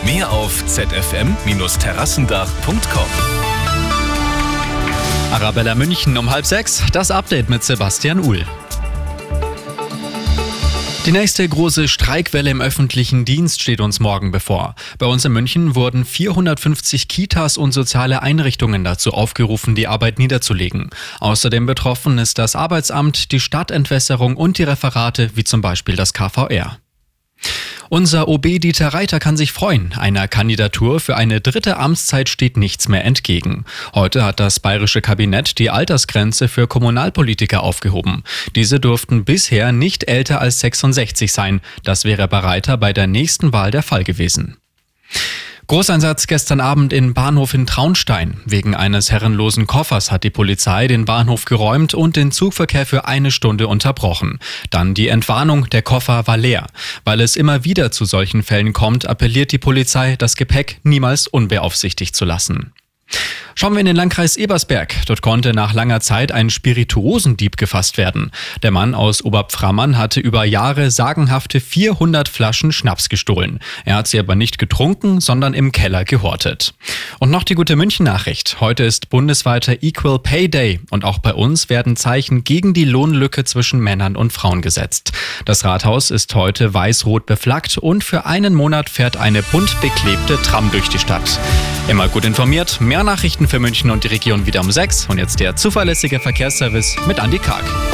Mehr auf zfm-terrassendach.com. Arabella München um 5:30, das Update mit Sebastian Uhl. Die nächste große Streikwelle im öffentlichen Dienst steht uns morgen bevor. Bei uns in München wurden 450 Kitas und soziale Einrichtungen dazu aufgerufen, die Arbeit niederzulegen. Außerdem betroffen ist das Arbeitsamt, die Stadtentwässerung und die Referate, wie zum Beispiel das KVR. Unser OB Dieter Reiter kann sich freuen. Einer Kandidatur für eine 3. Amtszeit steht nichts mehr entgegen. Heute hat das bayerische Kabinett die Altersgrenze für Kommunalpolitiker aufgehoben. Diese durften bisher nicht älter als 66 sein. Das wäre bei Reiter bei der nächsten Wahl der Fall gewesen. Großeinsatz gestern Abend in Bahnhof in Traunstein. Wegen eines herrenlosen Koffers hat die Polizei den Bahnhof geräumt und den Zugverkehr für 1 Stunde unterbrochen. Dann die Entwarnung, der Koffer war leer. Weil es immer wieder zu solchen Fällen kommt, appelliert die Polizei, das Gepäck niemals unbeaufsichtigt zu lassen. Schauen wir in den Landkreis Ebersberg. Dort konnte nach langer Zeit ein Spirituosendieb gefasst werden. Der Mann aus Oberpframmern hatte über Jahre sagenhafte 400 Flaschen Schnaps gestohlen. Er hat sie aber nicht getrunken, sondern im Keller gehortet. Und noch die gute München-Nachricht. Heute ist bundesweiter Equal Pay Day und auch bei uns werden Zeichen gegen die Lohnlücke zwischen Männern und Frauen gesetzt. Das Rathaus ist heute weiß-rot beflaggt und für einen Monat fährt eine bunt beklebte Tram durch die Stadt. Immer gut informiert, mehr Nachrichten für München und die Region wieder um 6 und jetzt der zuverlässige Verkehrsservice mit Andi Karg.